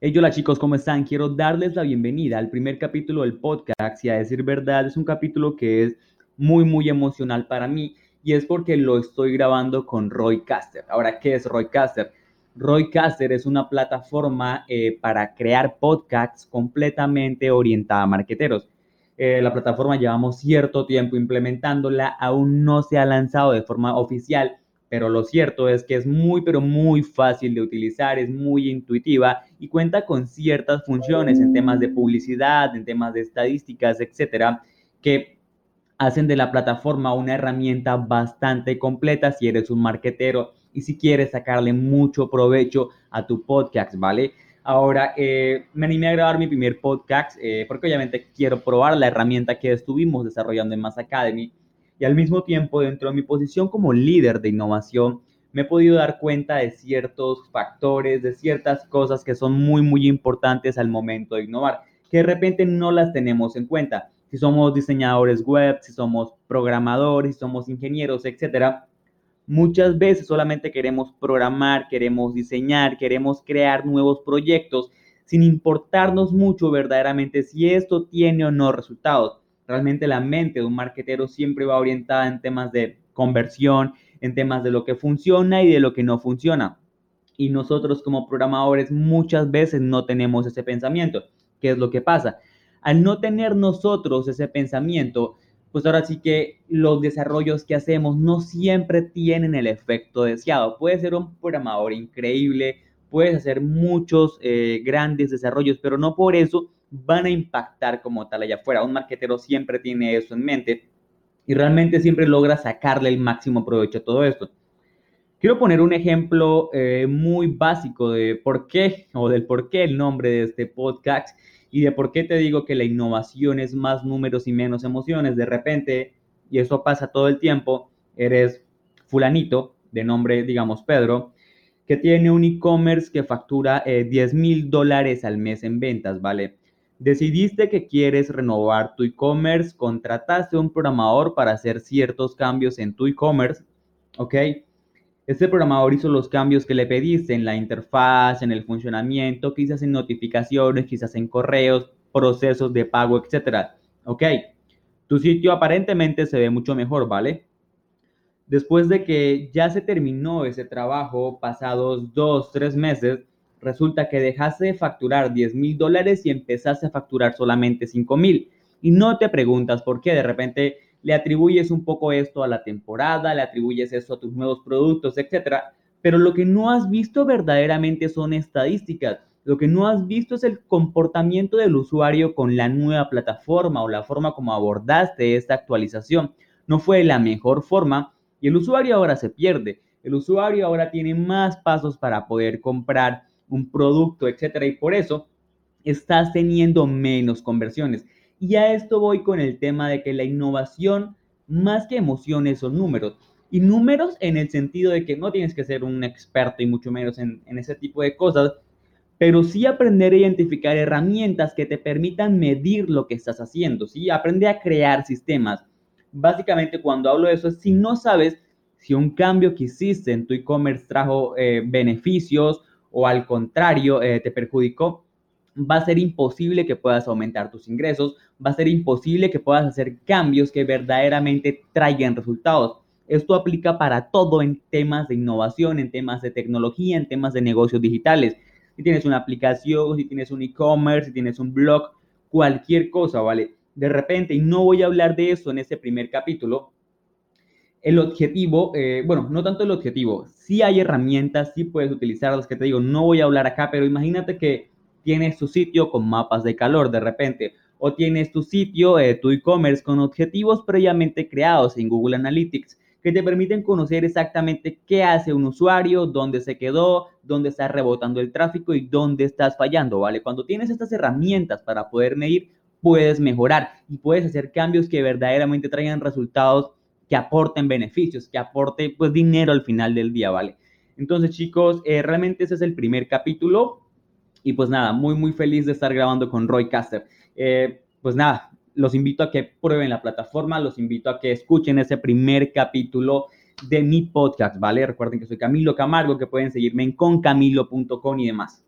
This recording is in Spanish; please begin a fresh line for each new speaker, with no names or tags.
Hola chicos, ¿cómo están? Quiero darles la bienvenida al primer capítulo del podcast y a decir verdad, es un capítulo que es muy emocional para mí y es porque lo estoy grabando con Roycaster. Ahora, ¿qué es Roycaster? Roycaster es una plataforma para crear podcasts completamente orientada a marqueteros. La plataforma llevamos cierto tiempo implementándola, aún no se ha lanzado de forma oficial, pero lo cierto es que es pero muy fácil de utilizar, es muy intuitiva y cuenta con ciertas funciones en temas de publicidad, en temas de estadísticas, etcétera, que hacen de la plataforma una herramienta bastante completa si eres un marketero y si quieres sacarle mucho provecho a tu podcast, ¿vale? Ahora, me animé a grabar mi primer podcast porque obviamente quiero probar la herramienta que estuvimos desarrollando en Mass Academy y al mismo tiempo, dentro de mi posición como líder de innovación, me he podido dar cuenta de ciertos factores, de ciertas cosas que son muy importantes al momento de innovar, que de repente no las tenemos en cuenta. Si somos diseñadores web, si somos programadores, si somos ingenieros, etcétera, muchas veces solamente queremos programar, queremos diseñar, queremos crear nuevos proyectos sin importarnos mucho verdaderamente si esto tiene o no resultados. Realmente la mente de un marketero siempre va orientada en temas de conversión, en temas de lo que funciona y de lo que no funciona. Y nosotros como programadores muchas veces no tenemos ese pensamiento. ¿Qué es lo que pasa? Al no tener nosotros ese pensamiento, pues ahora sí que los desarrollos que hacemos no siempre tienen el efecto deseado. Puedes ser un programador increíble, puedes hacer muchos grandes desarrollos, pero no por eso van a impactar como tal allá afuera. Un marketero siempre tiene eso en mente y realmente siempre logra sacarle el máximo provecho a todo esto. Quiero poner un ejemplo muy básico de por qué o del por qué el nombre de este podcast y de por qué te digo que la innovación es más números y menos emociones. De repente, y eso pasa todo el tiempo, eres fulanito de nombre, digamos, Pedro, que tiene un e-commerce que factura $10,000 al mes en ventas, ¿vale? Decidiste que quieres renovar tu e-commerce, contrataste a un programador para hacer ciertos cambios en tu e-commerce, ¿ok? Este programador hizo los cambios que le pediste en la interfaz, en el funcionamiento, quizás en notificaciones, quizás en correos, procesos de pago, etcétera. Ok, tu sitio aparentemente se ve mucho mejor, ¿vale? Después de que ya se terminó ese trabajo, pasados 2, 3 meses, resulta que dejaste de facturar $10,000 y empezaste a facturar solamente 5,000. Y no te preguntas por qué. De repente le atribuyes un poco esto a la temporada, le atribuyes esto a tus nuevos productos, etcétera. Pero lo que no has visto verdaderamente son estadísticas. Lo que no has visto es el comportamiento del usuario con la nueva plataforma o la forma como abordaste esta actualización. No fue la mejor forma y el usuario ahora se pierde. El usuario ahora tiene más pasos para poder comprar un producto, etcétera, y por eso estás teniendo menos conversiones. Y a esto voy con el tema de que la innovación, más que emociones, son números. Y números en el sentido de que no tienes que ser un experto y mucho menos en ese tipo de cosas, pero sí aprender a identificar herramientas que te permitan medir lo que estás haciendo, ¿sí? Aprende a crear sistemas. Básicamente, cuando hablo de eso, es si no sabes si un cambio que hiciste en tu e-commerce trajo beneficios o al contrario te perjudicó, va a ser imposible que puedas aumentar tus ingresos, va a ser imposible que puedas hacer cambios que verdaderamente traigan resultados. Esto aplica para todo en temas de innovación, en temas de tecnología, en temas de negocios digitales. Si tienes una aplicación, si tienes un e-commerce, si tienes un blog, cualquier cosa, ¿vale? De repente, y no voy a hablar de eso en este primer capítulo, el objetivo, bueno, no tanto el objetivo, sí hay herramientas, sí puedes utilizarlas, que te digo, no voy a hablar acá, pero imagínate que tienes tu sitio con mapas de calor de repente, o tienes tu sitio, tu e-commerce con objetivos previamente creados en Google Analytics, que te permiten conocer exactamente qué hace un usuario, dónde se quedó, dónde está rebotando el tráfico y dónde estás fallando, ¿vale? Cuando tienes estas herramientas para poder medir, puedes mejorar y puedes hacer cambios que verdaderamente traigan resultados que aporten beneficios, que aporte pues dinero al final del día, ¿vale? Entonces chicos, realmente ese es el primer capítulo y pues nada, muy feliz de estar grabando con Roycaster. Pues nada, los invito a que prueben la plataforma, los invito a que escuchen ese primer capítulo de mi podcast, ¿vale? Recuerden que soy Camilo Camargo, que pueden seguirme en concamilo.com y demás.